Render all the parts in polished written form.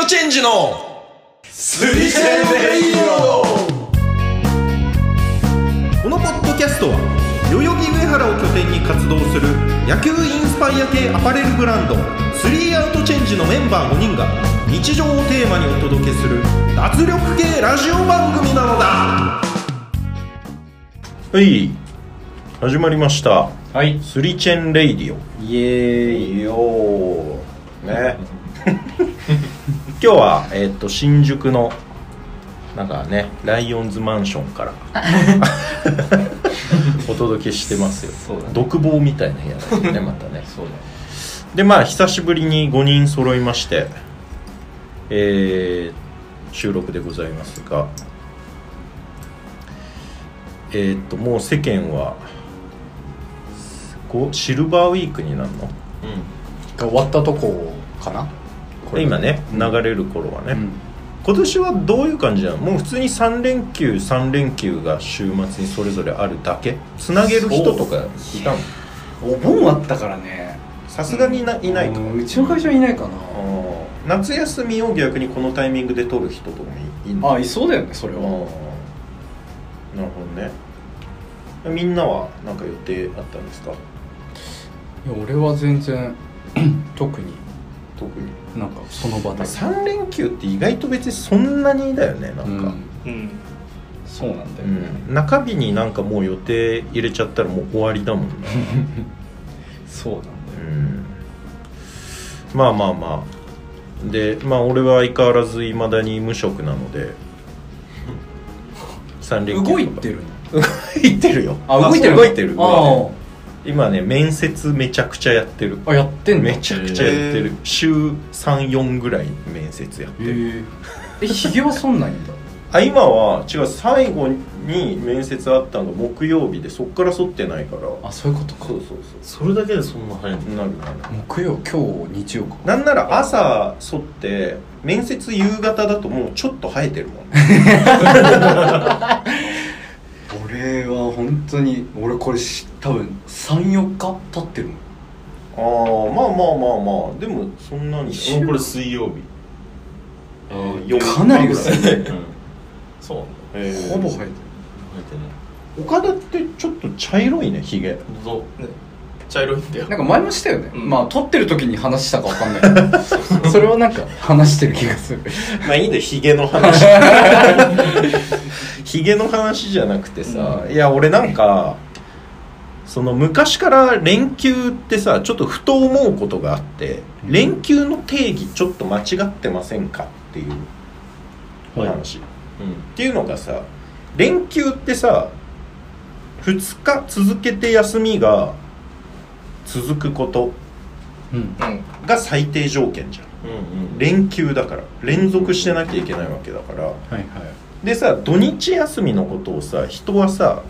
チェンジのスリセンレイディオ。このポッドキャストは代々木上原を拠点に活動する野球インスパイア系アパレルブランドスリーアウトチェンジのメンバー5人が日常をテーマにお届けする脱力系ラジオ番組なのだ。はい、始まりました。 はい、 スリチェンレイディオ。 イエーイよーね今日は、新宿のなんかねライオンズマンションからお届けしてますよ。そうだね、独房みたいな部屋だねまたねそうだね。でまあ久しぶりに5人揃いまして、収録でございますが、もう世間はシルバーウィークになるの、 が終わったとこかな。これ今ね、流れる頃はね、今年はどういう感じなの？もう普通に3連休が週末にそれぞれあるだけ？つなげる人とかいたの？ お盆あったからね。 さすがにいないか。 うちの会社いないかな。 夏休みを逆にこのタイミングで取る人とかもいるの？ いそうだよねそれは。 なるほどね。みんなは何か予定あったんですか？ いや俺は全然特になんかその場で 3連休って意外と別にそんなにだよね。なんか、 そうなんだよね、 中日になんかもう予定入れちゃったらもう終わりだもんなそうなんだよ、 まあでまあ俺は相変わらず未だに無職なので3連休動いてるの動いてるよ。 動いてる。 今ね面接めちゃくちゃやってる。 やってんの？ めちゃくちゃやってる。週 3,4 ぐらい面接やってる。 ヒゲはそんなんいんだ今は違う、最後に面接あったのが木曜日でそっから剃ってないから。 そういうことか。 そうそれだけでそんな早いなる木曜、今日日曜か。 なんなら朝剃って面接夕方だともうちょっと生えてるもん俺は本当にこれ多分 3,4 日経ってるもん。 まあでもそんなに。 これ水曜日。 かなり薄いそう、 ほぼ生えてる。 岡田ってちょっと茶色いね、ヒゲ。 そうね、茶色いんだよ。 なんか前もしたよね、撮ってる時に話したか分かんないけどそれはなんか話してる気がするまあいいんだよ、ヒゲの話ヒゲの話じゃなくてさ、いや俺なんかその昔から連休ってさちょっとふと思うことがあって、連休の定義ちょっと間違ってませんかっていう話、っていうのがさ、連休ってさ2日続けて休みが続くことが最低条件じゃん、連休だから連続してなきゃいけないわけだから、でさ土日休みのことをさ人はさ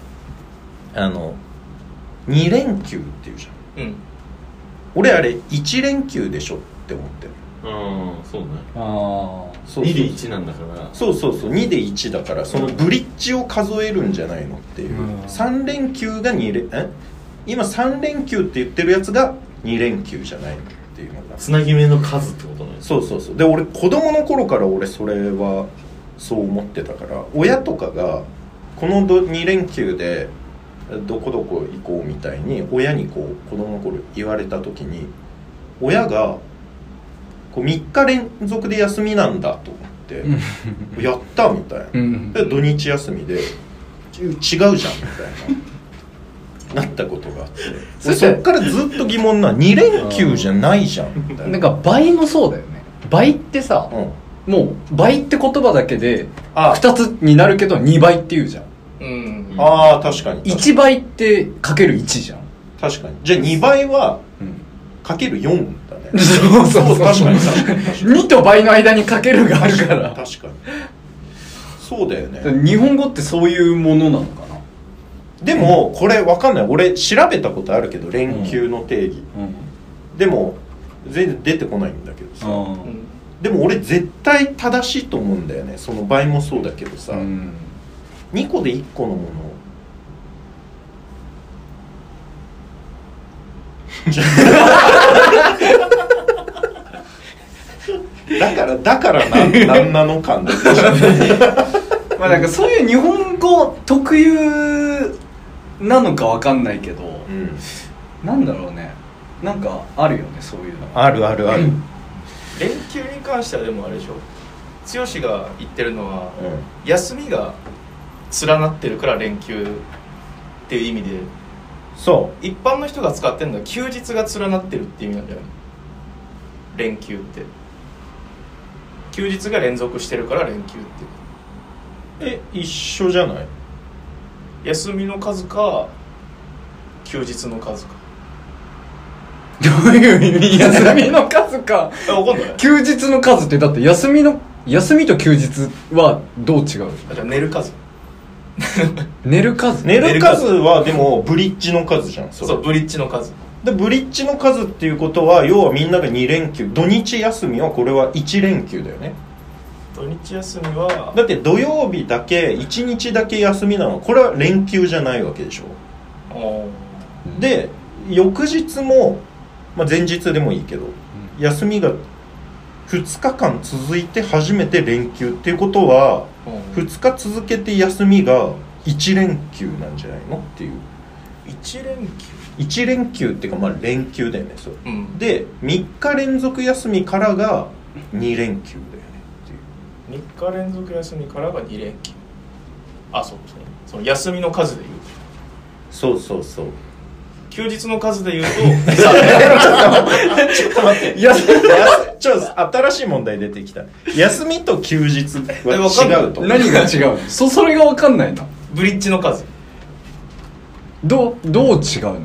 2連休っていうじゃん、俺あれ1連休でしょって思ってる。 そうね。 そう 2で1なんだから。 そう2で1だから、そのブリッジを数えるんじゃないのっていう、3連休が2連今3連休って言ってるやつが2連休じゃないのっていうのがつなぎ目の数ってことね。 そうで俺子供の頃から俺それはそう思ってたから、親とかがこの2連休でどこどこ行こうみたいに親にこう子供の頃言われた時に、親がこう3日連続で休みなんだと思ってやったみたいな、で土日休みで違うじゃんみたいななったことがあって、そっからずっと疑問な、2連休じゃないじゃんみたいな。 なんか倍もそうだよね。倍ってさ、もう倍って言葉だけで2つになるけど2倍って言うじゃん。 確かに 1倍ってかける1じゃん。 確かに。じゃあ2倍はかける4だね。 そう確かに 2と倍の間にかけるがあるから。 確かにそうだよね。 日本語ってそういうものなのかな。 でもこれ分かんない、俺調べたことあるけど連休の定義、でも全然出てこないんだけどさ、でも俺絶対正しいと思うんだよね。その倍もそうだけどさ、2個で1個のものだからなんなの感出てきたまあなんかそういう日本語特有なのかわかんないけど、なんだろうね、なんかあるよねそういうの。 ある連休に関してはでもあれでしょ、剛が言ってるのは、休みが連なってるから連休っていう意味で、 そう一般の人が使ってるのは休日が連なってるっていう意味なんだよね。連休って休日が連続してるから連休って一緒じゃない？ 休みの数か休日の数か。 どういう意味？休みの数か分かんない。 休日の数ってだって休みと休日はどう違う？ じゃあ寝る数寝る数はでもブリッジの数じゃん。 そうブリッジの数で、ブリッジの数っていうことは要はみんなが2連休、土日休みはこれは1連休だよね。 土日休みはだって土曜日だけ1日だけ休みなの、これは連休じゃないわけでしょ。で翌日も、前日でもいいけど、休みが2日間続いて初めて連休っていうことは、2日続けて休みが1連休なんじゃないのっていう。1連休っていうか連休だよねそれ、で3日連続休みからが2連休だよねっていう。 3日連続休みからが2連休。そうその休みの数でいうそう休日の数でいうとちょっと待って新しい問題出てきた。休みと休日は違うと。 何が違うの？それが分かんないな。 ブリッジの数どう違うの？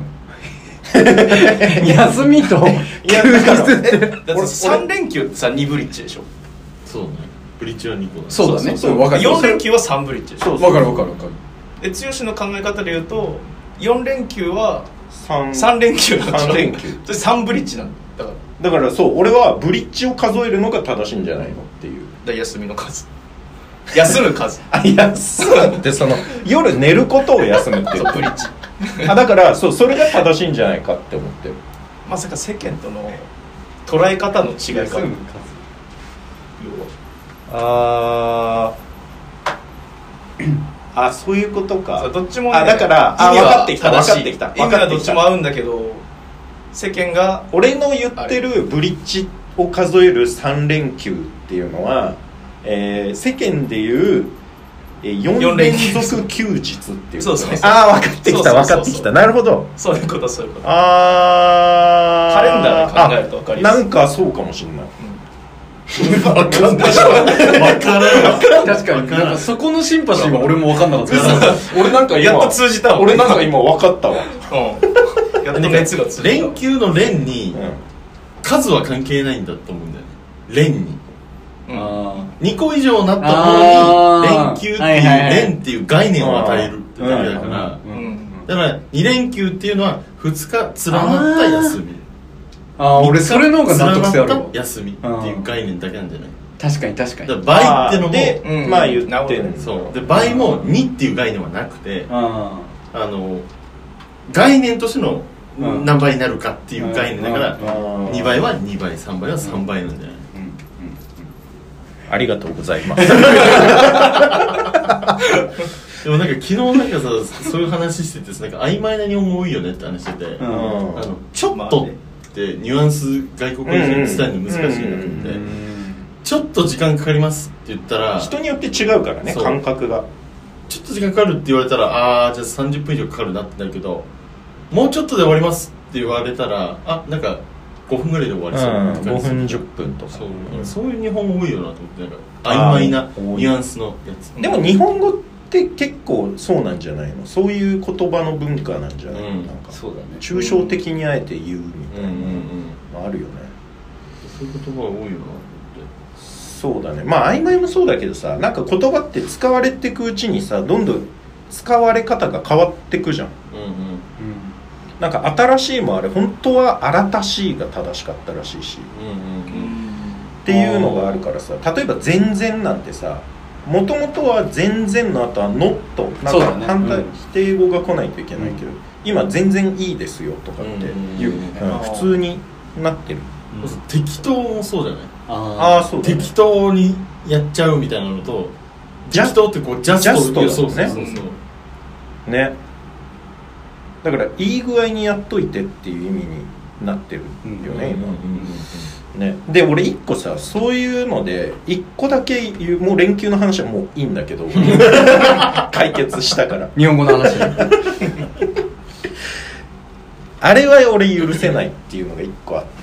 休みと休日ってだって3連休ってさ2ブリッジでしょ。 そうね、ブリッジは2個だ。 そうだね、そう分かる。 4連休は3ブリッジでしょ。 分かるで剛の考え方で言うと4連休は 3 連休なんでしょ。 3連休それ3ブリッジなんだからそう俺はブリッジを数えるのが正しいんじゃないのっていう。 休みの数休む数休むってその夜寝ることを休むっていうブリッジだからそれが正しいんじゃないかって思ってる。 まさか世間との捉え方の違いか。 そういうことか。 どっちもね、 だから意味は分かってきた意味はどっちも合うんだけど、世間が俺の言ってるブリッジを数える3連休っていうのは、世間でいう4連続休日っていう。 そう分かってきたなるほど。 そういうこと。カレンダーで考えると分かりやすい。 なんかそうかもしれない。 分からん。 確かになんかそこのシンパシーは俺も分かんなかった。 俺なんかやっと通じたわ。 俺なんか今分かったわ。 やっと熱がついた。 連休の連に数は関係ないんだと思うんだよね。連に2個以上になった方に連休っていう連っていう概念を与えるってだけだから、だから2連休っていうのは2日連なった休み。 俺それの方が納得してあるわ。 休みっていう概念だけなんじゃない？ 確かにだから倍ってのもで言ってる。 そうで倍も2っていう概念はなくて、概念としての何倍になるかっていう概念だから2倍は2倍3倍は3倍なんじゃない？ ありがとうございます。 でもなんか昨日なんかさそういう話しててなんか曖昧な日本語多いよねって話してて、ちょっとってニュアンス外国人に伝えるの難しいなと思って、ちょっと時間かかりますって言ったら人によって違うからね、感覚が。 ちょっと時間かかるって言われたらじゃあ30分以上かかるなってなるけど、もうちょっとで終わりますって言われたらなんか5分ぐらいで終わりそうな 5分10分とか。 そういう日本語多いよなと思って、なんか曖昧なニュアンスのやつ。 でも日本語って結構そうなんじゃないの？そういう言葉の文化なんじゃないの？なんかそうだね、 抽象的にあえて言うみたいなのあるよね。 そういう言葉が多いよなと思って。 そうだね。曖昧もそうだけどさ、なんか言葉って使われていくうちにさ、どんどん使われ方が変わってくじゃん。なんか新しいもあれ本当は新たしいが正しかったらしいし、っていうのがあるからさ、例えば全然なんてさ、もともとは全然の後は not なんか反対、否定語が来ないといけないけど、今全然いいですよとかっていう、普通になってる。 適当もそうじゃない？ ああそうだね適当にやっちゃうみたいなのと、適当ってこうジャストだねそうね。だからいい具合にやっといてっていう意味になってるよね、今ね。で俺一個さ、そういうので一個だけ言う、もう連休の話はもういいんだけど解決したから日本語の話あれは俺許せないっていうのが一個あって、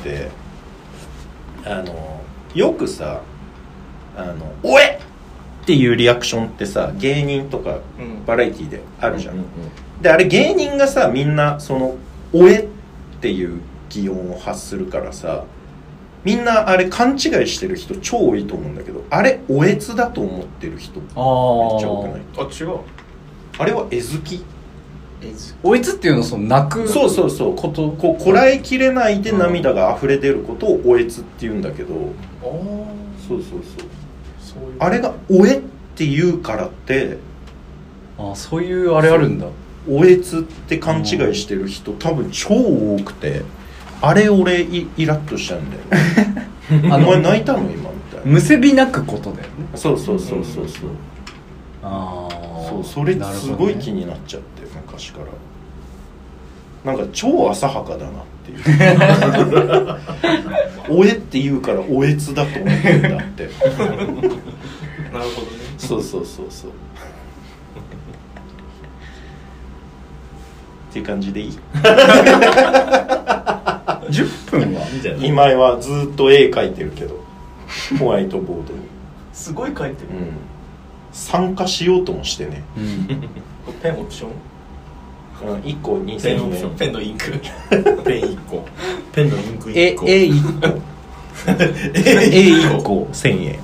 よくさおえっていうリアクションってさ、芸人とかバラエティであるじゃん、であれ芸人がさみんなそのおえっていう擬音を発するからさ、みんなあれ勘違いしてる人超多いと思うんだけど、あれおえつだと思ってる人めっちゃ多くない？ あ、違う。 あれはえずき。 おえつっていうのはその泣く、 そうこらえきれないで涙が溢れ出ることをおえつって言うんだけど、そういうあれがおえって言うからって、 そういうあれあるんだ。 おえつって勘違いしてる人多分超多くて、あれ俺イラッとしちゃうんだよお前泣いたの今みたいな。 むせび泣くことだよね。 そうそうそれすごい気になっちゃって、昔からなんか超浅はかだなっていうおえって言うからおえつだと思ってんだってなるほどね。 そうっていう感じでいい 10分は今井はずっと絵描いてるけどホワイトボードにすごい書いてる、 参加しようともしてね、 ペンオプション、 1個2000円、 ペンのインクペン1個、ペンのインク1個、 1個1個1000円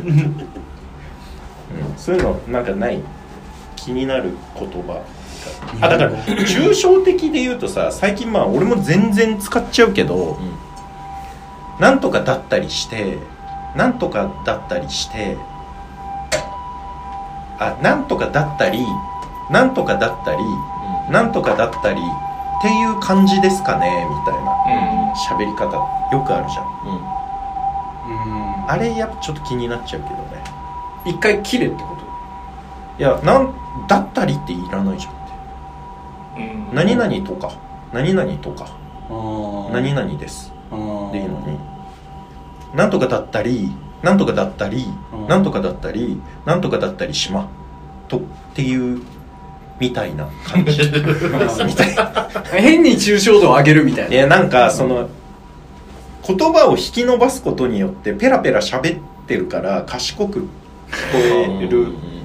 そういうのなんかない？気になる言葉。だから抽象的で言うとさ、最近俺も全然使っちゃうけど、なんとかだったりしてなんとかだったりしてなんとかだったりなんとかだったりなんとかだったりっていう感じですかねみたいな喋り方よくあるじゃん、あれやっぱちょっと気になっちゃうけどね。 一回切れってこと？ いやだったりっていらないじゃんって、何々とか何々とか何々ですでいいのに、なんとかだったりなんとかだったりなんとかだったりなんとかだったりしまとっていうみたいな感じみたいな変に抽象度を上げるみたいな。 いやなんかその言葉を引き伸ばすことによってペラペラ喋ってるから賢く聞こえる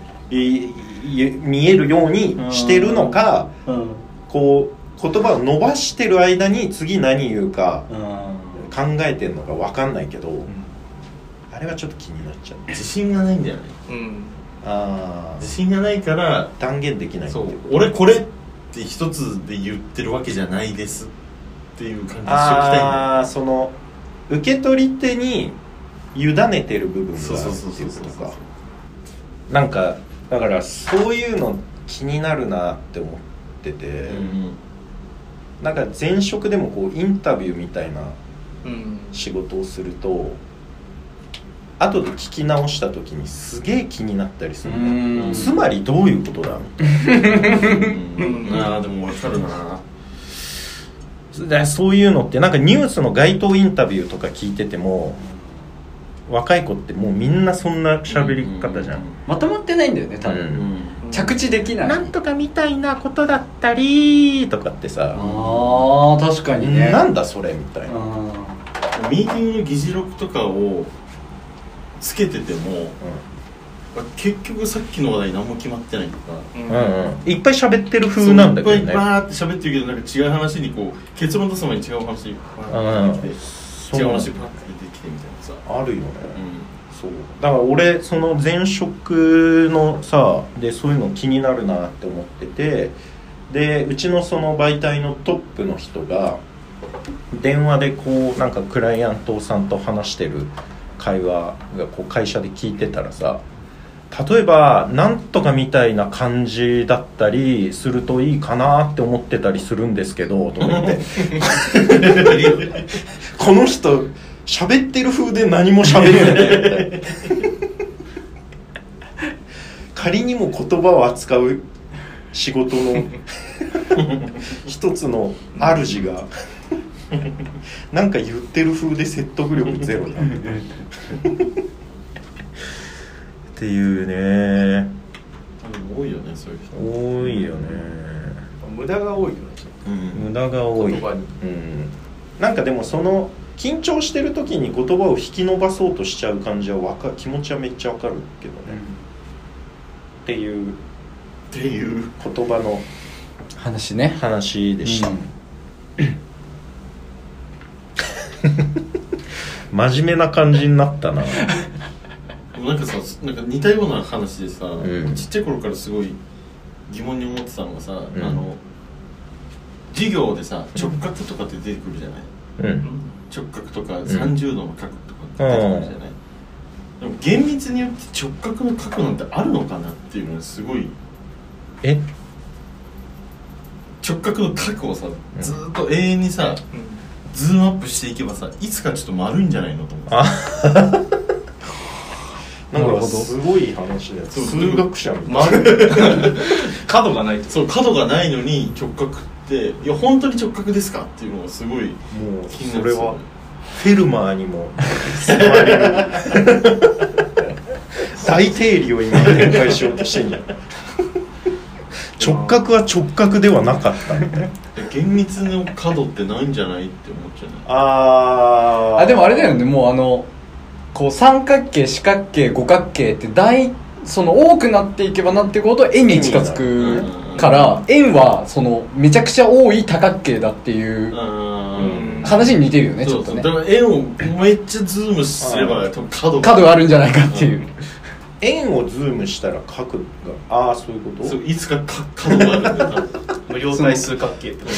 見えるようにしてるのか、こう言葉を伸ばしてる間に次何言うか考えてんのか分かんないけど、あれはちょっと気になっちゃう。 自信がないんだよね。自信がないから断言できない。 そう俺これって一つで言ってるわけじゃないですっていう感じにしておきたい。 その受け取り手に委ねてる部分があるっていうことか。なんかだからそういうの気になるなって思ってて、なんか前職でもこうインタビューみたいな仕事をすると、後で聞き直した時にすげえ気になったりするね。つまりどういうことだみたいな。 でも分かるな。 そういうのってなんかニュースの街頭インタビューとか聞いてても、若い子ってもうみんなそんな喋り方じゃん。 まとまってないんだよね多分、着地できない。 なんとかみたいなことだったりとかってさ、 確かにね、 なんだそれみたいな。 ミーティングの議事録とかをつけてても、結局さっきの話題何も決まってないとか、 いっぱい喋ってる風なんだけどね。 いっぱいバーって喋ってるけど、なんか違う話にこう結論出す前に違う話バーってきて、違う話バーって出てきてみたいなさあるよね。そうだから俺その前職のさでそういうの気になるなって思ってて、でうちのその媒体のトップの人が電話でこうなんかクライアントさんと話してる会話がこう会社で聞いてたらさ、例えばなんとかみたいな感じだったりするといいかなって思ってたりするんですけどとか言ってこの人喋ってる風で何も喋ってない仮にも言葉を扱う仕事の一つの主がなんか言ってる風で説得力ゼロだっていうね。 多いよねそういう人。 多いよね。 無駄が多いよね、 無駄が多い。 言葉に、 なんかでもその緊張してる時に言葉を引き伸ばそうとしちゃう感じは気持ちはめっちゃわかるけどね、っていう言葉の話ね。 話でした、真面目な感じになったな。 なんかさ、なんか似たような話でさ、ちっちゃい頃からすごい疑問に思ってたのがさ、授業でさ直角とかって出てくるじゃない、直角とか30度の角とか出てくるじゃない、でも厳密によって直角の角なんてあるのかなっていうのがすごい。直角の角をさずーっと永遠にさ、ズームアップしていけばさ、いつかちょっと丸いんじゃないのと思って。 なんかすごい話だよ。数学者みたいな。 角がないと。 そう、角がないのに直角って、いや本当に直角ですかっていうのがすごい気になる。 それはフェルマーにも迫れる大定理を今展開しようとしてんじゃん。直角は直角ではなかったみたいな。 厳密の角ってないんじゃないって思っちゃう。 でもあれだよね、もうこう三角形、四角形、五角形ってその多くなっていけばなっていくほど円に近づくから、円はそのめちゃくちゃ多い多角形だっていう話に似てるよね。ちょっとね。 だから円をめっちゃズームすれば角があるんじゃないかっていう。 円をズームしたら角がそういうこと。 そう、いつか角があるんだよ。 無量体数角形ってこと。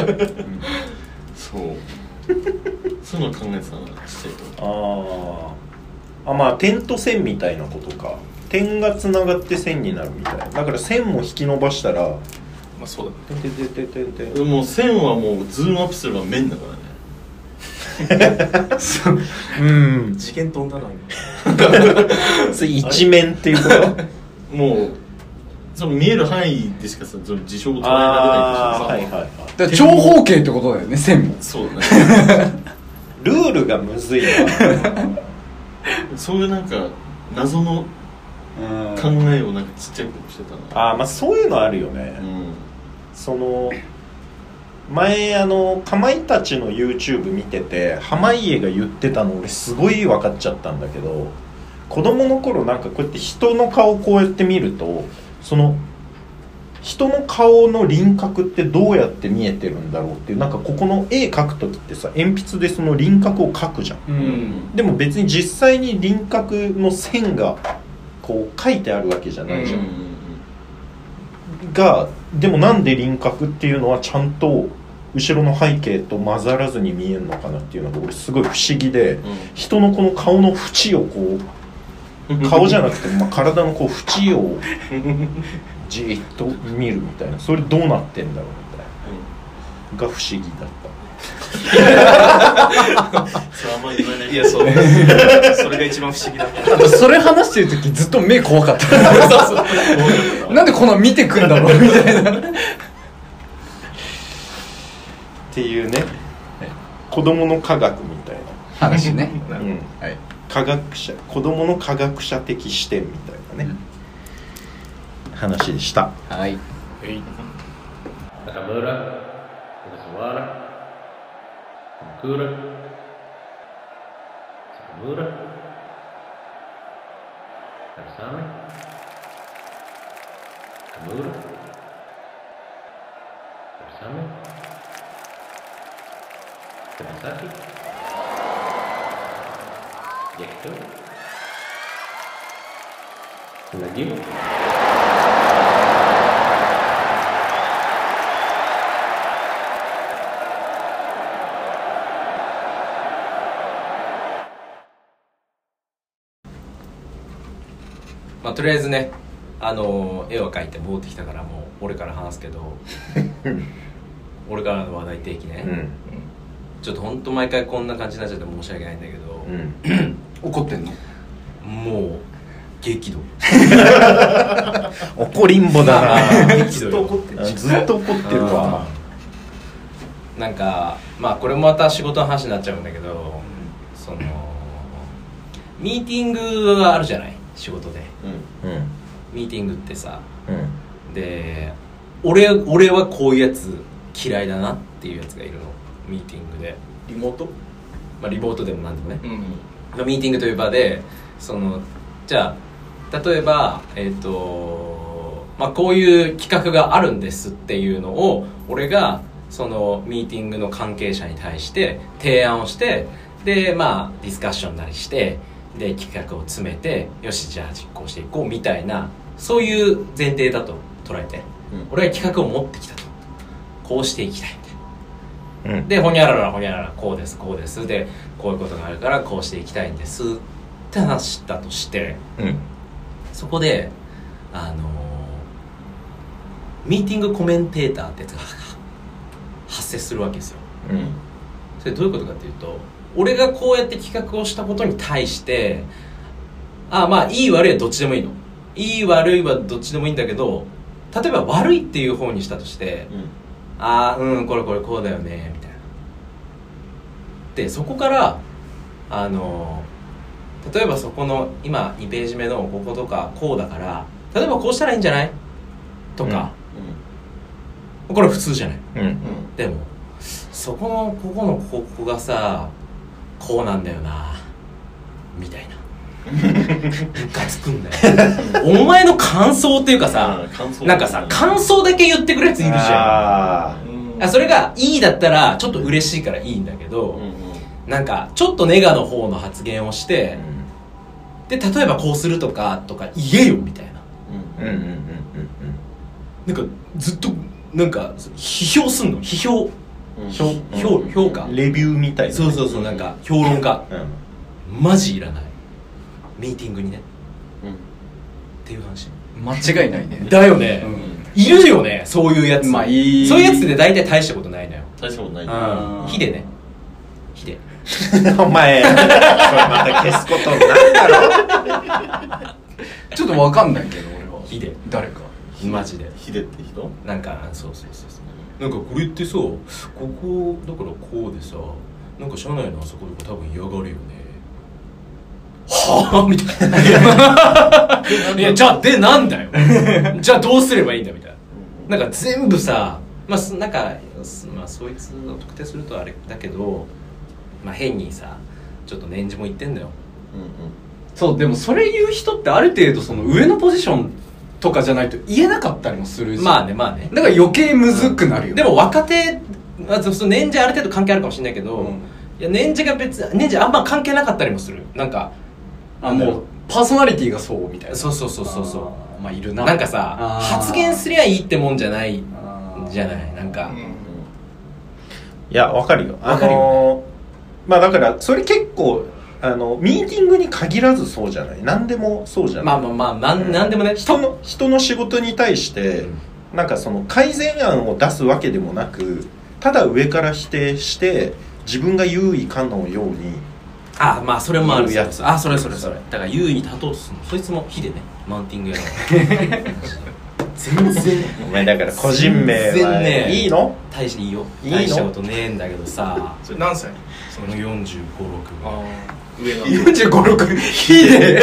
そうそういうの考えてたな、ちっちゃい頃。 まあ点と線みたいなことか。点がつながって線になるみたいな。だから線も引き伸ばしたら、 まあそうだね。 でも線はもうズームアップすれば面だからね。 次元飛んだなそれ一面っていうこともうその見える範囲でしかさ、その事象を捉えられないでしょ。 だから長方形ってことだよね、線も。 そうだね。 ルールがむずいな。 そういうなんか謎の考えをなんかちっちゃい頃してたな。 まあそういうのあるよね、その前かまいたちの YouTube 見てて濱家が言ってたの俺すごい分かっちゃったんだけど、子供の頃なんかこうやって人の顔こうやって見ると、その人の顔の輪郭ってどうやって見えてるんだろうっていう、なんかここの絵描く時ってさ鉛筆でその輪郭を描くじゃん、でも別に実際に輪郭の線がこう書いてあるわけじゃないじゃん、でもなんで輪郭っていうのはちゃんと後ろの背景と混ざらずに見えるのかなっていうのが俺すごい不思議で、人のこの顔の縁をこう顔じゃなくて、体のこう縁をじーっと見るみたいな、それどうなってんだろうみたいな、が不思議だった。 それあんまり言わない。 いやそれが一番不思議だった。 あとそれ話してる時ずっと目怖かった。なんでこんな見てくんだろうみたいな。 っていうね、子供の科学みたいな話ね。 科学者、子供の科学者的視点みたいなね、話でした。 はい。 とりあえずね、絵を描いて戻ってきたからもう俺から話すけど俺からの話題提起ね、 ちょっと本当毎回こんな感じになっちゃって申し訳ないんだけど、 怒ってんの？ もう激怒怒りんぼだなずっと怒ってるずっと怒ってるわ。 なんかまあこれもまた仕事の話になっちゃうんだけど、そのミーティングがあるじゃない、仕事で、ミーティングってさ、で俺はこういうやつ嫌いだなっていうやつがいるの、ミーティングで。 リモート？ まあリモートでもなんでもね、ミーティングという場で、そのじゃあ例えばまあこういう企画があるんですっていうのを俺がそのミーティングの関係者に対して提案をして、でまあディスカッションなりして、で企画を詰めて、よしじゃあ実行していこうみたいな、そういう前提だと捉えて、俺が企画を持ってきたと、こうしていきたいんだ、でほにゃららほにゃららこうですこうですで、こういうことがあるからこうしていきたいんですって話したとして、そこでミーティングコメンテーターってやつが発生するわけですよ、それどういうことかっていうと、俺がこうやって企画をしたことに対して、まあいい悪いはどっちでもいいの、いい悪いはどっちでもいいんだけど、例えば悪いっていう方にしたとして、これこうだよねみたいな。でそこから例えばそこの今2ページ目のこことかこうだから、例えばこうしたらいいんじゃないとか、これ普通じゃない、でもそこのここのここがさこうなんだよなみたいなムカつくんだよお前の感想っていうかさ、なんかさ感想だけ言ってくるやついるじゃん。それがいいだったらちょっと嬉しいからいいんだけど、なんかちょっとネガの方の発言をして、で例えばこうするとか言えよみたいな、なんかずっとなんか批評すんの、評価レビューみたいな、 そうなんか評論家、マジいらないミーティングにね、っていう話。 間違いないね。 だよね、いるよねそういうやつ、 まあそういうやつって大体大したことないのよ。 大したことない。 ヒデね、ヒデお前これまた消すことになるだろちょっとわかんないけど俺は。 ヒデ誰かマジでヒデって人？ なんかそうなんかこれってさ、ここだからこうでさ、なんか社内のあそこで多分嫌がるよねはぁみたいないやじゃあでなんだよじゃあどうすればいいんだみたいな、なんか全部さ、なんかそいつを特定するとあれだけど、変にさちょっと年次も言ってんだよ。 そうでもそれ言う人ってある程度その上のポジションとかじゃないと言えなかったりもするし、 まあねだから余計むずくなるよ、 でも若手その年次ある程度関係あるかもしれないけど、いや年次が年次あんま関係なかったりもする。なんかもうパーソナリティがそうみたいな。 そうまあいるな。 なんかさ発言すりゃいいってもんじゃないじゃない、なんか、 いやわかるよ。だからそれ結構ミーティングに限らずそうじゃない、何でもそうじゃない。 なんでもね、 人の仕事に対して、なんかその改善案を出すわけでもなく、ただ上から否定して自分が優位かのように、 それもあるやつ。 それだから優位に立とうとするの、そいつもヒデね、マウンティングやろ全然お前だから個人名は、ね、いいの？ 大していいよ、大したことねえんだけどさそれ何歳？ その45、6 上の 45、6ヒデ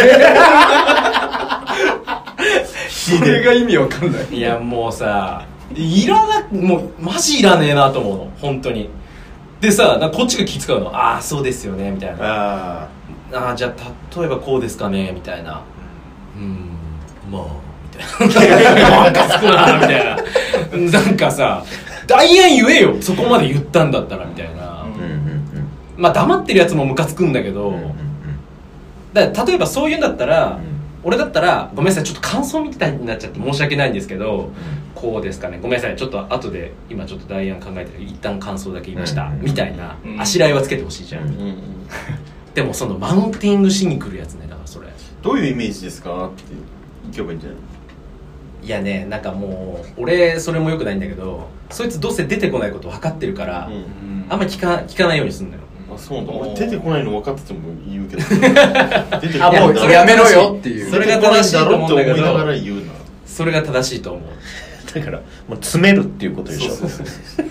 それが意味わかんない。 いやもうさいらなもうマジいらねえなと思うの本当に。でさなんかこっちが気使うの、そうですよねみたいな、じゃあ例えばこうですかねみたいな、まあみたいななんかつくなみたいななんかさ大案言えよそこまで言ったんだったらみたいな、黙ってるやつもムカつくんだけど、だから例えばそういうんだったら、俺だったらごめんなさいちょっと感想みたいになっちゃって申し訳ないんですけど、こうですかねごめんなさいちょっと後で今ちょっと代案考えて一旦感想だけ言いました、みたいなあしらいはつけてほしいじゃん、でもそのマウンティングしに来るやつね、だからそれどういうイメージですかって聞けばいいんじゃない？ いやね、なんかもう俺それもよくないんだけど、そいつどうせ出てこないこと分かってるから、あんまり聞かないようにするんだよ。 あ、そうなんだ。俺出てこないの分かってても言うけど出てこあ、もうそれやめろよっていう。 それが正しいと思うんだけど、 出てこないんだろって思いながら言うな。 それが正しいと思う。 だからもう詰めるっていうことでしょ。 そうそうそう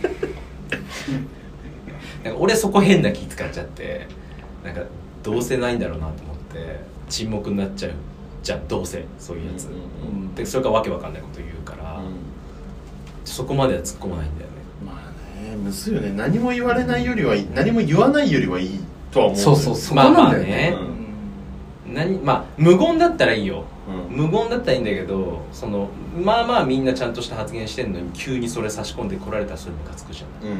なんか俺そこ変な気使っちゃって、なんかどうせないんだろうなと思って沈黙になっちゃうじゃん、どうせそういうやつ、でそれからわけわかんないこと言うから、そこまでは突っ込まないんだよね。 まあね、むずいよね。何も言われないよりはいい、何も言わないよりはいいとは思う。 そうそう、そこなんだよね。 まあ無言だったらいいよ、無言だったらいいんだけど、そのまあまあみんなちゃんとした発言してんのに急にそれ差し込んでこられたらそれムカつくじゃない、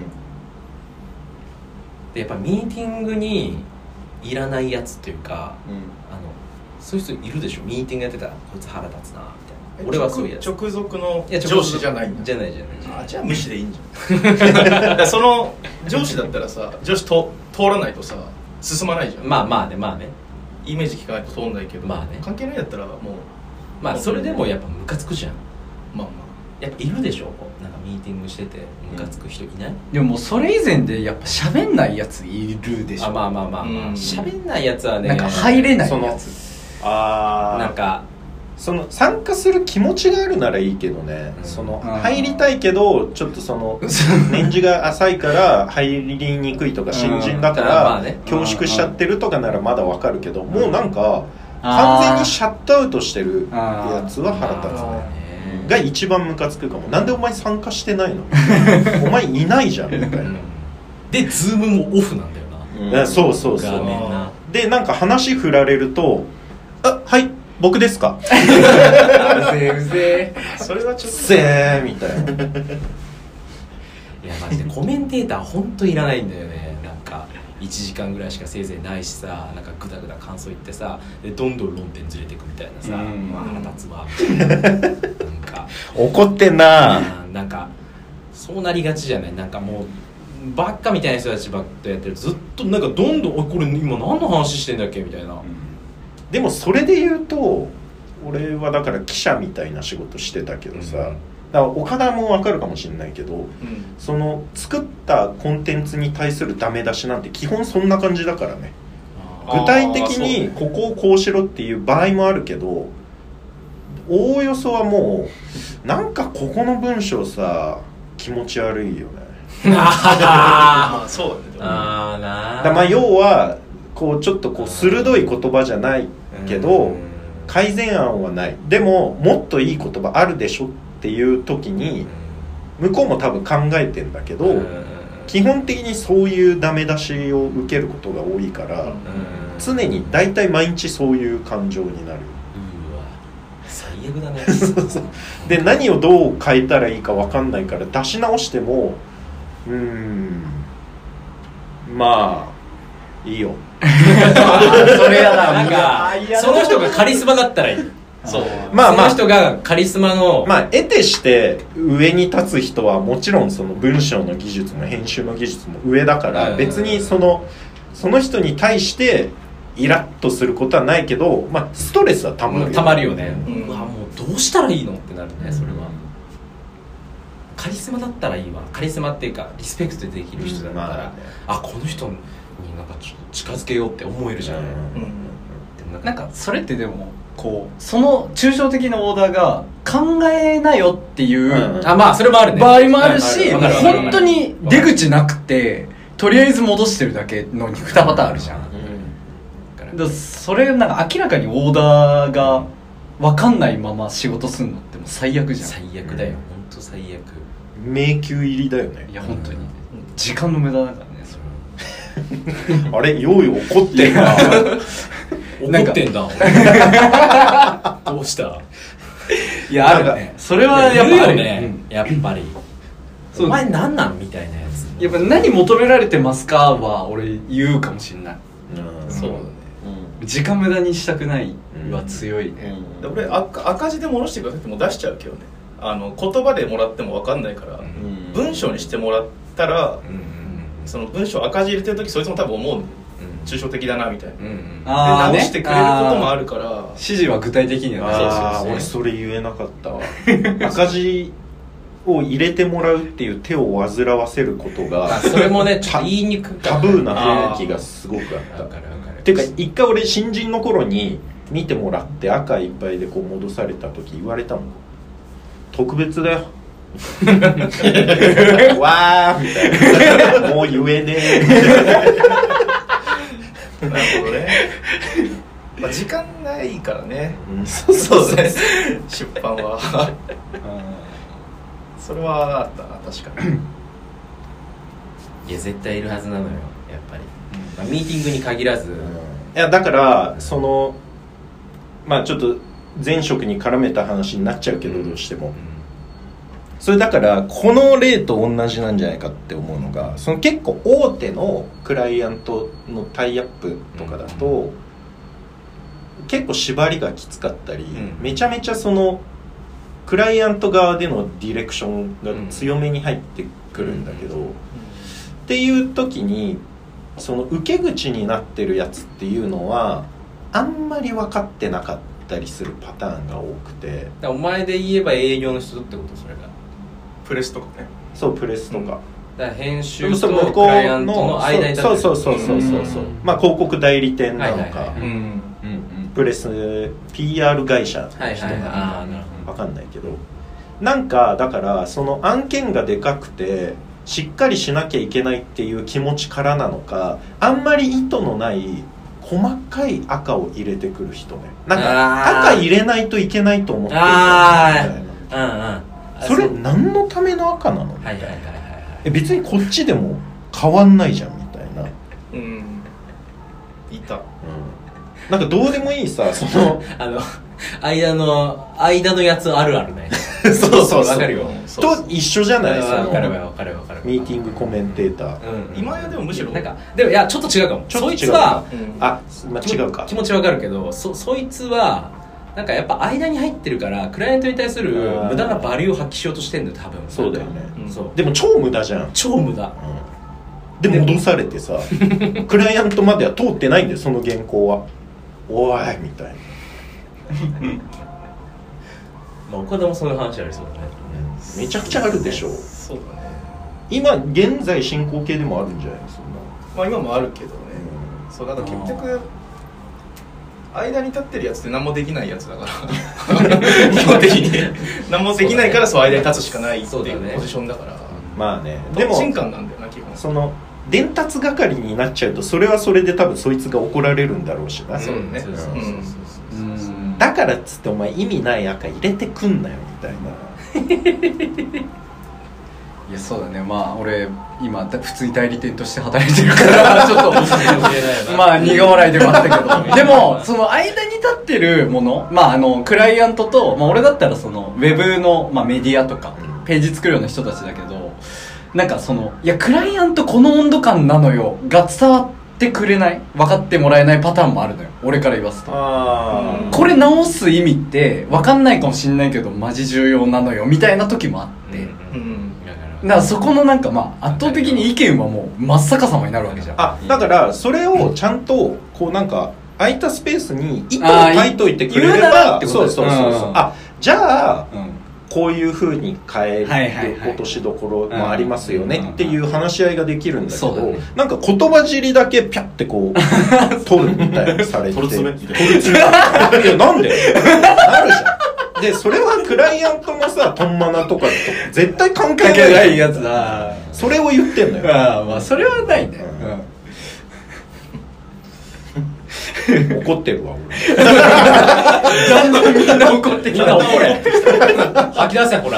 でやっぱミーティングにいらないやつっていうか、そういう人いるでしょ。ミーティングやってたらこいつ腹立つなみたいな。俺はそういうやつ。 直属のいや上司じゃないんだ。 じゃない。 あ、じゃあ無視でいいんじゃんその上司だったらさ、上司通らないとさ進まないじゃん。 まあねイメージ聞かないと通んないけど、 まあね、 関係ないんだったらもうまあそれでもやっぱムカつくじゃん。 まあやっぱいるでしょ。なんかミーティングしててムカつく人いない？ でももうそれ以前でやっぱ喋んないやついるでしょ。 あ、まあ喋んないやつはね、 なんか入れないやつ。 なんかその参加する気持ちがあるならいいけどね、その入りたいけどちょっとその年次が浅いから入りにくいとか、新人だから恐縮しちゃってるとかならまだわかるけど、もうなんか完全にシャットアウトしてるやつは腹立つね。が一番ムカつくかも。なんでお前参加してないのお前いないじゃんみたいな。 でズームもオフなんだよな。 そうでなんか話振られると、あ、はい僕ですかうぜそれはちょっとせーみたいな。 いやマジでコメンテーターほんといらないんだよね。なんか1時間ぐらいしかせいぜいないしさ、なんかグダグダ感想言ってさ、でどんどん論点ずれていくみたいなさ、まあ腹立つわみたいな。なんか怒ってんな。 なんかそうなりがちじゃない。なんかもうばっかみたいな人たちばっかやってる、ずっとなんかどんどんこれ今何の話してんだっけみたいな、 でもそれで言うと俺はだから記者みたいな仕事してたけどさ、だから岡田も分かるかもしれないけど、その作ったコンテンツに対するダメ出しなんて基本そんな感じだからね。具体的にここをこうしろっていう場合もあるけど、おおよそはもうなんかここの文章さ気持ち悪いよねまあそうだね。 だまあ要はこうちょっとこう鋭い言葉じゃないけど改善案はない、でももっといい言葉あるでしょっていう時に向こうも多分考えてんだけど、基本的にそういうダメ出しを受けることが多いから常に大体毎日そういう感情になる。 最悪だねで何をどう変えたらいいか分かんないから出し直してもまあいいよそれやな。 なんかその人がカリスマだったらいい。そうまあその人がカリスマの得てして上に立つ人はもちろんその文章の技術も編集の技術も上だから別にその人に対してイラッとすることはないけど、ストレスはたまるよね。もうどうしたらいいのってなるね。それはカリスマだったらいいわ。カリスマっていうかリスペクトできる人だったら、あ、この人になんかちょっと近づけようって思えるじゃん。 なんかそれってでもこうその抽象的なオーダーが考えなよっていうまあそれもあるね。 場合もあるし、本当に出口なくてとりあえず戻してるだけの2パターンあるじゃん。だそれなんか明らかにオーダーが分かんないまま仕事すんのってもう最悪じゃん。 最悪だよ、本当最悪。 迷宮入りだよね。 いや本当に時間の無駄だからねそれあれ用意怒ってんな怒ってんだどうした。 いやあるね。それはやっぱりね、やっぱりお前何なんみたいなやつ。 やっぱ何求められてますかは俺言うかもしれない。 そうだね。 時間無駄にしたくないは強いね。 俺赤字で戻してくださいってもう出しちゃうけどね。言葉でもらっても分かんないから、文章にしてもらったら、その文章赤字入れてる時そいつも多分思うんだよ。 抽象的だなみたいな、であーね直してくれることもあるから指示は具体的にはねああ俺それ言えなかったわ赤字を入れてもらうっていう手を煩わせることがそれもねちょっと言いにくかタブーな雰囲気がすごくあったっていうか一回俺新人の頃に見てもらって赤いっぱいでこう戻された時言われたもん特別だよわーみたいなもう言えねえなるほどねまあ時間ないからね、 そうです出版はそれはあったな確かにいや絶対いるはずなのよやっぱり、まあ、ミーティングに限らず、 いやだからそのまあちょっと前職に絡めた話になっちゃうけどどうしても、それだからこの例と同じなんじゃないかって思うのがその結構大手のクライアントのタイアップとかだと、結構縛りがきつかったり、めちゃめちゃそのクライアント側でのディレクションが強めに入ってくるんだけど、っていう時にその受け口になってるやつっていうのはあんまり分かってなかったりするパターンが多くて、 お前で言えば営業の人ってことそれがプレスとかねそうプレスとか、 だから編集とクライアントの間に立ってるそうまあ広告代理店なのか、プレス PR 会社の人なのか分かんないけど、なんかだからその案件がでかくてしっかりしなきゃいけないっていう気持ちからなのか、あんまり意図のない細かい赤を入れてくる人ね、なんか赤入れないといけないと思ってるみたいな、それ何のための赤なのみたいな、別にこっちでも変わんないじゃんみたいな、 いた、 なんかどうでもいいさその間のやつあるあるねそうわかるよと一緒じゃない、そのわかるミーティングコメンテーター、 今やでもむしろなんかでもいやちょっと違うかも、 ちょっと違うそいつは、 まあ、違うか気持ちわかるけどそいつはなんかやっぱ間に入ってるからクライアントに対する無駄なバリューを発揮しようとしてんだよ多分。 そうだよね、 そうでも超無駄じゃん、 超無駄、 で戻されてさクライアントまでは通ってないんだよその原稿は、おいみたいなまあ岡田もそういう話ありそうだね、 めちゃくちゃあるでしょ。 そうだね、 今現在進行形でもあるんじゃないそんな、 まあ今もあるけどね、そうだから結局間に立ってるやつって何もできないやつだから基本的に何もできないからそう間に立つしかないっていうポジションだから、 まあね、 でも進化なんだよな基本。 その伝達係になっちゃうとそれはそれで多分そいつが怒られるんだろうしな、 そうね、 だからっつってお前意味ない赤入れてくんなよみたいな。 いやそうだね、まあ俺今普通に代理店として働いてるからちょっとまあ苦笑いでもあったけどでもその間に立ってるもの、まあクライアントと、まあ、俺だったらそのウェブの、まあ、メディアとかページ作るような人たちだけど、なんかそのいやクライアントこの温度感なのよが伝わってくれない、分かってもらえないパターンもあるのよ俺から言わすと。これ直す意味って分かんないかもしんないけどマジ重要なのよみたいな時もあって、だからそこのなんかまあ圧倒的に意見はもう真っ逆さまになるわけじゃん。 だからそれをちゃんとこうなんか空いたスペースに意図を書いといてくれれば、そうじゃあ、こういう風に変える落としどころもありますよねっていう話し合いができるんだけど、なんか言葉尻だけピャってこう取るみたいにされて取るつめいやなんでなるじゃん。でそれはクライアントのさトンマナとかと絶対関係ないやつだ。 それを言ってんのよ。 まあそれはないね、 怒ってるわ俺。 だんだんみんな怒ってきた。 怒れ吐き出せほら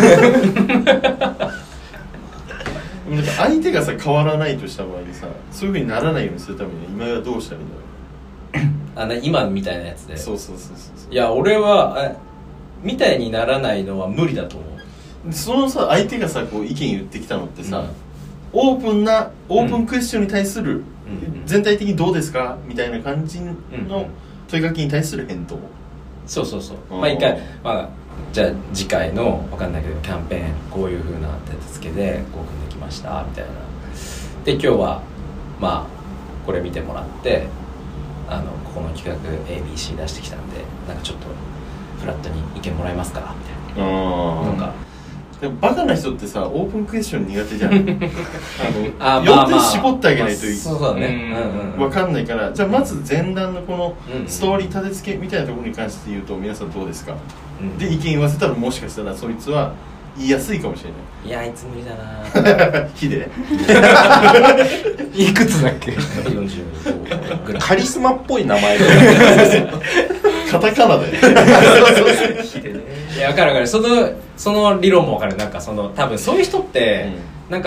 相手がさ変わらないとした場合にさ、そういう風にならないようにするために今はどうしたらいいんだろう。 今みたいなやつで。 そういや俺はみたいにならないのは無理だと思う。 そのさ相手がさこう意見言ってきたのってさ、オープンクエスチョンに対する、全体的にどうですかみたいな感じの問いかけに対する返答。 そうまあ一回、まあ、じゃあ次回の分かんないけどキャンペーンこういう風な立て付けでこう組んできましたみたいなで今日はまあこれ見てもらってここの企画 ABC 出してきたんでなんかちょっとフラットに意見もらえますかみたいななんかでもバカな人ってさオープンクエスチョン苦手じゃん要点絞ってあげないとそうだね分かんないからじゃあまず前段のこのストーリー立て付けみたいなところに関して言うと皆さんどうですか、で意見言わせたらもしかしたらそいつは言いやすいかもしれないいやあいつ無理だなヒデいくつだっけ 45ぐらいカリスマっぽい名前カタカナでいや分かる分かるその理論も分かるなんか多分そういう人って、なんか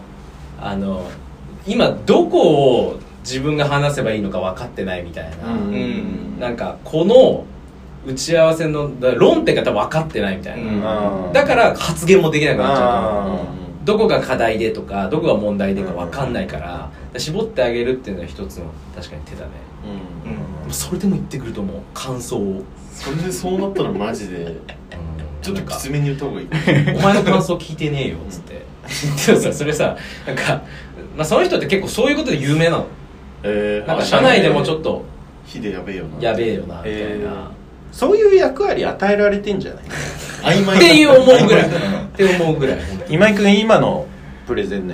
今どこを自分が話せばいいのか分かってないみたいな、なんかこの打ち合わせの論点が多分分かってないみたいな、だから発言もできなくなっちゃうどこが課題でとかどこが問題でか分かんないから、絞ってあげるっていうのは一つの確かに手だね、それでも言ってくるともう感想をそれでそうなったらマジでちょっときつめに言った方がいいお前の感想聞いてねえよっつってでもさそれさなんか、その人って結構そういうことで有名なの、なんか社内でもちょっとヒデやべえよなみたいな、 そういう役割与えられてんじゃない曖昧っていう思うぐらいって思うぐらい今井君今のプレゼンね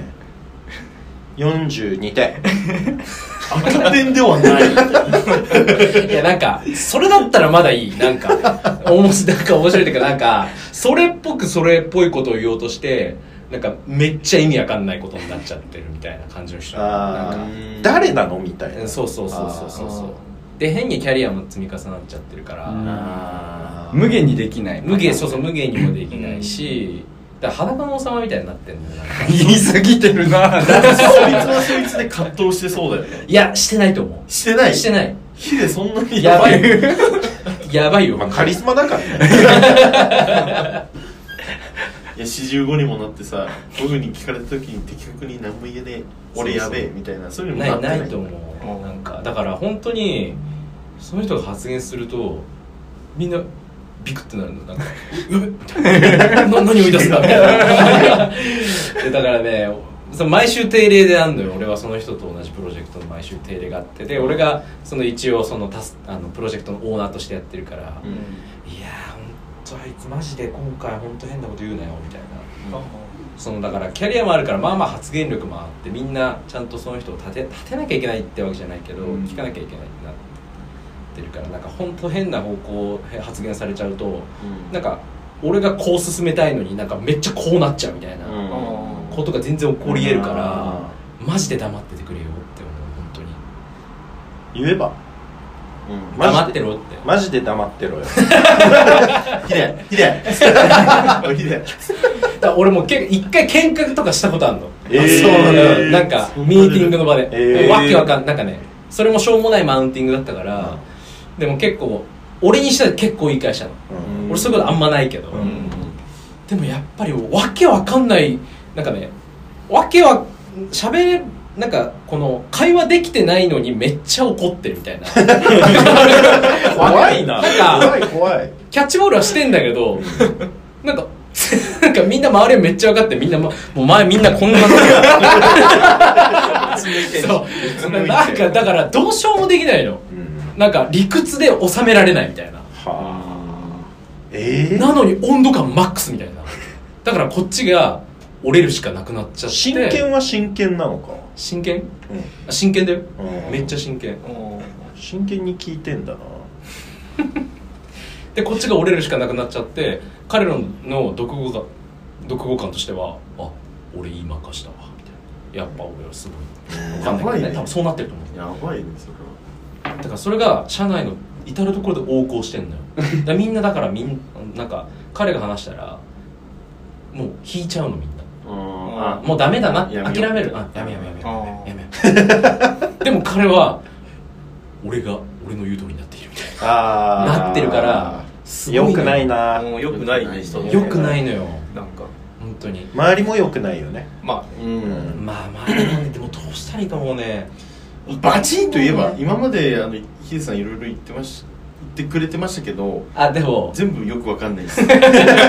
42点赤点ではないいやなんかそれだったらまだいいなんか面白いっていうかなんかそれっぽくそれっぽいことを言おうとしてなんかめっちゃ意味わかんないことになっちゃってるみたいな感じの人なんか誰なのみたいなそうで変にキャリアも積み重なっちゃってるから無限にできない無限にもできないしだから裸の王様みたいになってんのよ言い過ぎてるなそいつはそいつで葛藤してそうだよねいやしてないと思うしてないヒデそんなにやばいやばいよ、 カリスマだからねいや45にもなってさ僕に聞かれた時に的確に何も言えねえ俺やべえみたいなそういうのもないと思うなんかだから本当にその人が発言するとみんなビクってなるのなんか何を言い出すんだみたいなだからね毎週定例であんのよ俺はその人と同じプロジェクトの毎週定例があってで俺が一応プロジェクトのオーナーとしてやってるから、いやほんとあいつマジで今回ほんと変なこと言うなよみたいな、だからキャリアもあるからまあまあ発言力もあってみんなちゃんとその人を立てなきゃいけないってわけじゃないけど、聞かなきゃいけないってなってるからなんかほんと変な方向発言されちゃうと、なんか俺がこう進めたいのになんかめっちゃこうなっちゃうみたいなことが全然起こり得るからマジで黙っててくれよって思う本当に言えば黙ってろってマジで黙ってろよヒデだ俺も結構一回喧嘩とかしたことあるの、 そうなんだなんかミーティングの場で、わけわかんなんかねそれもしょうもないマウンティングだったから、でも結構俺にしたら結構言い返したの、俺そういうことあんまないけど、でもやっぱりわけわかんないなんかね喋れなんかこの会話できてないのにめっちゃ怒ってるみたいな怖いななんか怖いキャッチボールはしてんだけどなんかみんな周りはめっちゃ分かってみんなもう前みんなこんなのそうなんかだからどうしようもできないの、なんか理屈で収められないみたいななのに温度感マックスみたいなだからこっちが折れるしかなくなっちゃって真剣は真剣なのか真剣、真剣だよ、めっちゃ真剣、 真剣に聞いてんだなでこっちが折れるしかなくなっちゃって彼らの読後感としては俺言いまかしたわみたいなやっぱ俺はすごい分かんないけどね多分そうなってると思うやばいねそれはだからそれが社内の至るところで横行してんのよだみんなだからなんか彼が話したらもう引いちゃうのみんなもうダメだな諦めるやめでも彼は俺の言う通りになっているみたいななってるからよくないなよくない人よくないのよなんか本当に周りもよくないよねまあ周りなんでもどうしたらいいかもうねバチンといえば今までヒデさんいろいろ言ってくれてましたけどでも全部よくわかんないです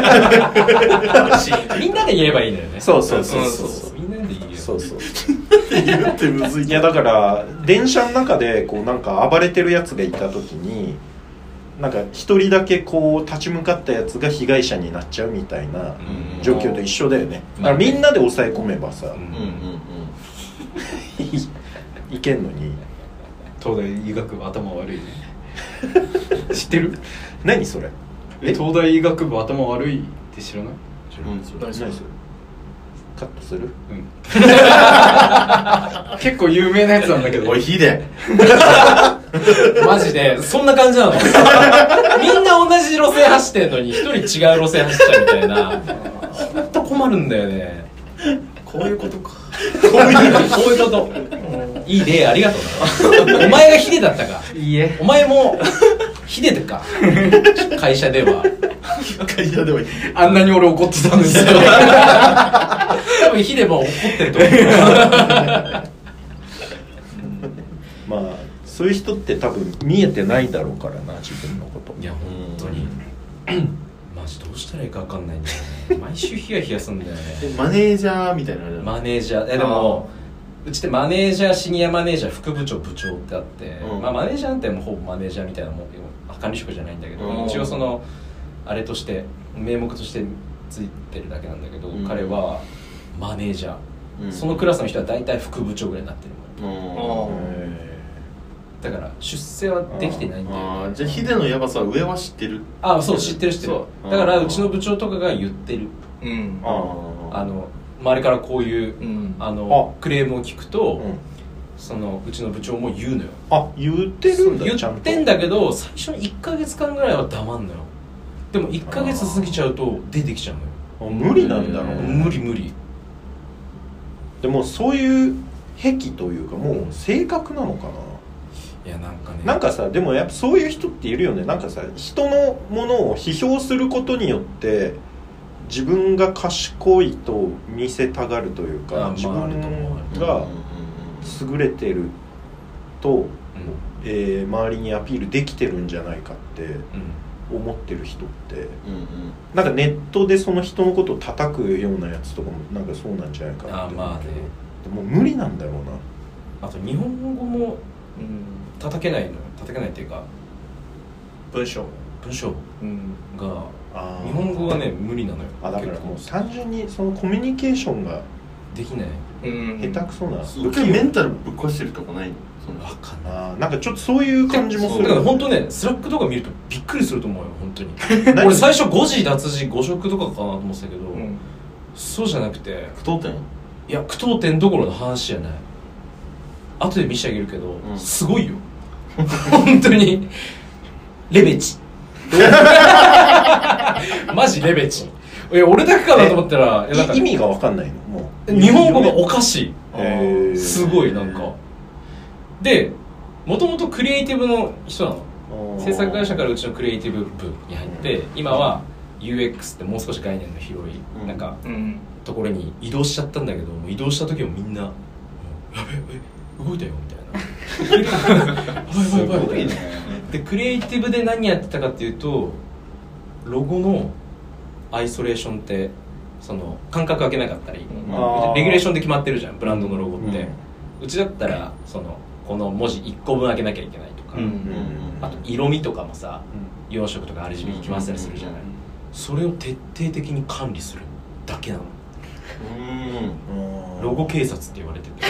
みんなで言えばいいんだよねそうみんなで言えばそう言うってむずい。 いやだから電車の中でこうなんか暴れてるやつがいた時になんか一人だけこう立ち向かったやつが被害者になっちゃうみたいな状況と一緒だよね。だからみんなで抑え込めばさ、いけんのに。 東大医学部頭悪いね知ってる？ 何それ？ 東大医学部頭悪いって知らない？ 何それ？カットする？ 結構有名なやつなんだけど。 おいヒデマジでそんな感じなのみんな同じ路線走ってんのに一人違う路線走っちゃうみたいな。ほんと困るんだよね。 こういうことか。 こういうこといい例ありがとうな。お前がヒデだったか。 いいえ。 お前もヒデか。会社ではあんなに俺怒ってたんですよ。 多分ヒデも怒ってると思う。 まあそういう人って多分見えてないだろうからな、自分のこと。 いや本当にマジどうしたらいいか分かんないんだよね。毎週ヒヤヒヤするんだよね。 マネージャーみたいなのマネージャーでもうちってマネージャー、シニアマネージャー、副部長、部長ってあって、まあ、マネージャーなんてもうほぼマネージャーみたいなもん、管理職じゃないんだけど、一応そのあれとして名目としてついてるだけなんだけど、彼はマネージャー、そのクラスの人は大体副部長ぐらいになってるもん。だから出世はできてないんだよね。 じゃあヒデのヤバさは上は知ってる？ あ、そう、知ってるだからうちの部長とかが言ってる。周りからこういう、クレームを聞くと、そのうちの部長も言うのよ。 あ、言ってるんだ。 言ってんだけど最初の1ヶ月間ぐらいは黙んのよ。でも1ヶ月過ぎちゃうと出てきちゃうのよ。 無理なんだろうね。 無理。 でもそういう癖というかもう性格なのかな。 いやなんかね、 なんかさ、でもやっぱそういう人っているよね。なんかさ、人のものを批評することによって自分が賢いと見せたがるというか、自分が優れてると、周りにアピールできてるんじゃないかって思ってる人って、なんかネットでその人のことを叩くようなやつとかもなんかそうなんじゃないかなって思うけど、でも無理なんだろうな。 あと日本語も叩けないのよ。叩けないっていうか文章が日本語がね無理なのよ。 だからもう単純にそのコミュニケーションができない。 下手くそな。 メンタルぶっ壊してるとこないの？ 分かんない。 なんかちょっとそういう感じもする。 だから本当ね、スラックとか見るとびっくりすると思うよ本当に。俺最初5時脱字5食とかかなと思ってたけど、そうじゃなくて句読点？ いや句読点どころの話じゃない。後で見せてあげるけど、すごいよ本当にレベチマジレベチ。俺だけかなと思ったら意味が分かんないの。もう日本語がおかしい。すごいなんかで、もともとクリエイティブの人なの。制作会社からうちのクリエイティブ部に入って、今は UX ってもう少し概念の広いなんかところに移動しちゃったんだけど、もう移動した時もみんなやべ動いたよみたいなやばいで、クリエイティブで何やってたかっていうと、ロゴのアイソレーションってその間隔開けなかったり、レギュレーションで決まってるじゃん、ブランドのロゴって。うちだったらそのこの文字1個分開けなきゃいけないとか、あと色味とかもさ、4色とか RGB 決まってたりするじゃない。それを徹底的に管理するだけなの。ロゴ警察って言われてて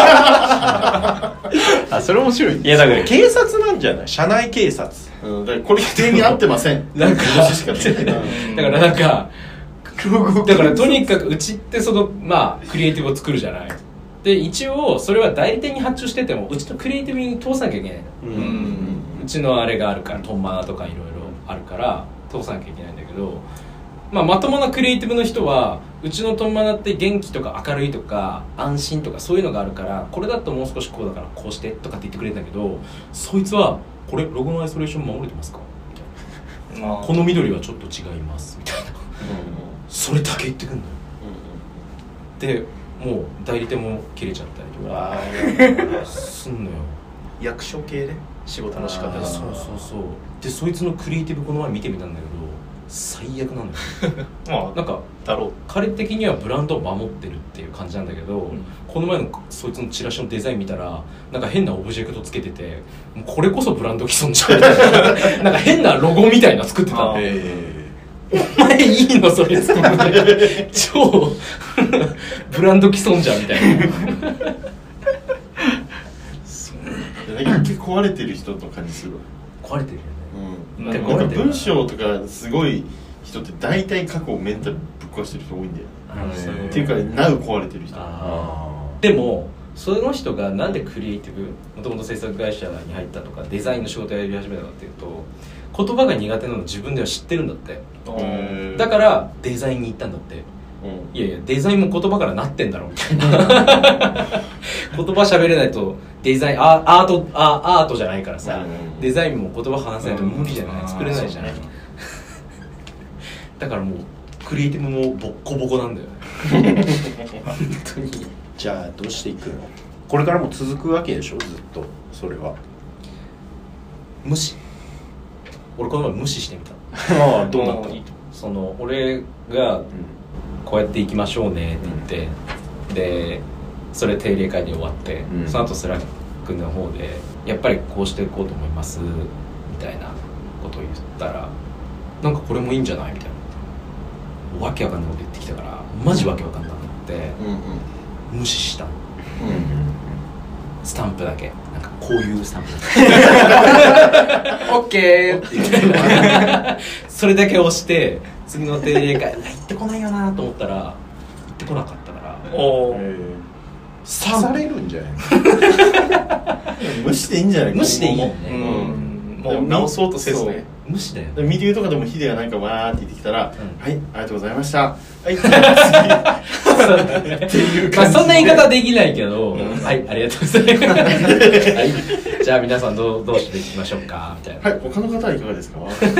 それ面白い。 いやだから警察なんじゃない？社内警察。 だからこれ規定に合ってません。 なんかだからなんかだからとにかくうちってそのまあクリエイティブを作るじゃない。で一応それは代理店に発注しててもうちのクリエイティブに通さなきゃいけないの。うちのあれがあるからトンマナとかいろいろあるから通さなきゃいけないんだけど、まともなクリエイティブの人はうちのトンマナって元気とか明るいとか安心とかそういうのがあるから、これだともう少しこうだからこうしてとかって言ってくれるんだけど、そいつはこれロゴのアイソレーション守れてますかみたいな、この緑はちょっと違いますみたいな、それだけ言ってくんのよ。でもう代理店も切れちゃったりとかすんのよ。 役所系で仕事の仕方が。 そうでそいつのクリエイティブこの前見てみたんだけど、 最悪なんだよまあなんかだろう。 彼的にはブランドを守ってるっていう感じなんだけど、この前のそいつのチラシのデザイン見たらなんか変なオブジェクトつけてて、もうこれこそブランド既存じゃんみたいななんか変なロゴみたいな作ってたんで、お前いいのそれ作って超ブランド既存じゃんみたいななんか結構壊れてる人とかにするわ。 壊れてるよね。 なんか文章とかすごい人って大体過去メンタルぶっ壊してる人多いんだよね。っていうかなう壊れてる人。 でもその人がなんでクリエイティブ、もともと制作会社に入ったとかデザインの仕事をやり始めたかっていうと、言葉が苦手なの自分では知ってるんだって。だからデザインに行ったんだって。いやいやデザインも言葉からなってんだろみたいな言葉喋れないとデザインアートじゃないからさ、デザインも言葉話せないと無理じゃない、作れないじゃないだからもうクリエイティブもボッコボコなんだよね本当に。 じゃあどうしていくの？これからも続くわけでしょ、ずっと。それは無視。俺この前無視してみた。 ああ、どうなったの？ その俺がこうやっていきましょうねって言って、でそれ定例会で終わって、その後スラックの方でやっぱりこうしていこうと思いますみたいなことを言ったら、なんかこれもいいんじゃないみたいなわけわかんないこと言ってきたから、マジわけわかんなくなって、無視したの。スタンプだけなんかこういうスタンプオッケーって言ってそれだけ押して次の定例会行ってこないよなと思ったら行ってこなかったから、 刺されるんじゃない無視でいいんじゃない？ 無視でいいね。 もう直そうとせずね。 無視だよ。 ミデューとかでもヒデがなんかわーって言ってきたら、はい、ありがとうございました。はい、次っていう感じで。 そんな言い方できないけど、はい、ありがとうございます。はい、じゃあ皆さんどうしていきましょうかみたいな。 はい、他の方はいかがですか？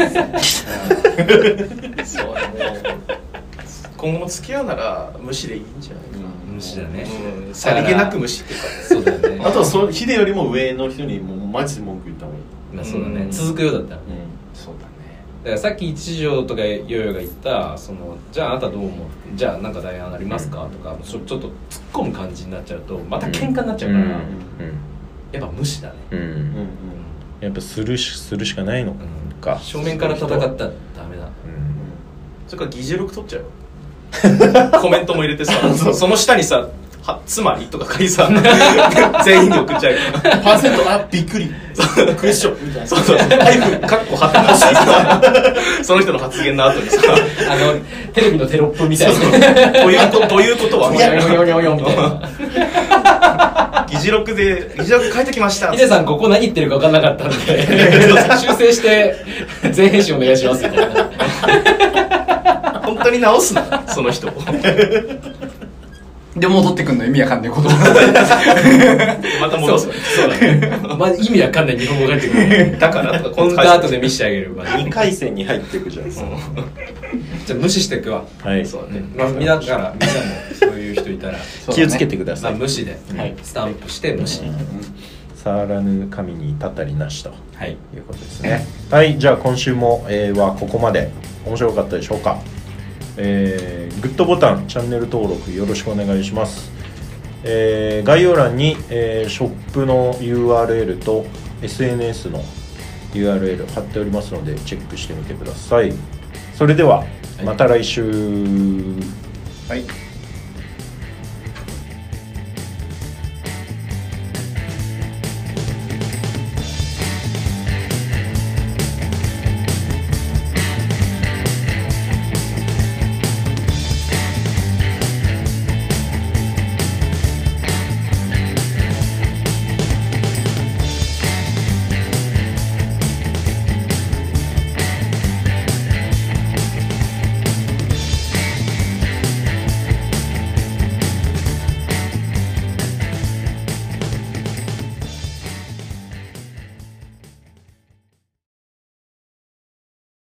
そうだね。今後も付き合うなら無視でいいんじゃないかな。 無視だね。 さりげなく無視っていうか。 そうだよね。 あとはヒデよりも上の人にもうマジで文句言った方がいい。 まあそうだね。続くようだったら。 そうだね。 だからさっき一条とかヨヨが言ったその、じゃああなたどう思う、じゃあなんか代案ありますかとか、ちょっと突っ込む感じになっちゃうとまた喧嘩になっちゃうから、やっぱ無視だね。 やっぱするしかないのか。 正面から戦ったらダメだ。 それから議事録取っちゃうよコメントも入れてさその下にさつまりとか書いてさ全員に送っちゃうパーセントびっくりクエスチョンみたいな。 そうそうタイプカッコ貼ってほしいさその人の発言の後にさテレビのテロップみたいなどういうことはみたいな議事録書いてきましたヒデさんここ何言ってるか分かんなかったんで修正して全編集お願いしますみたいな本当に直すなその人で戻ってくんの意味わかんないことまた戻すそうだねまあ意味わかんない日本語が入ってくるだからとか本当後で見せてあげる 2回戦に入っていくじゃん。 じゃあ無視していくわ。 はい。 そうだね。まあみんなもそういう人いたら気をつけてください。 無視でスタンプして無視。 触らぬ神にたたりなしとはいいうことですね。はい、じゃあ今週もはここまで。面白かったでしょうか。グッドボタン、チャンネル登録よろしくお願いします。概要欄に、ショップの URL と SNS の URL 貼っておりますのでチェックしてみてください。それではまた来週。 はい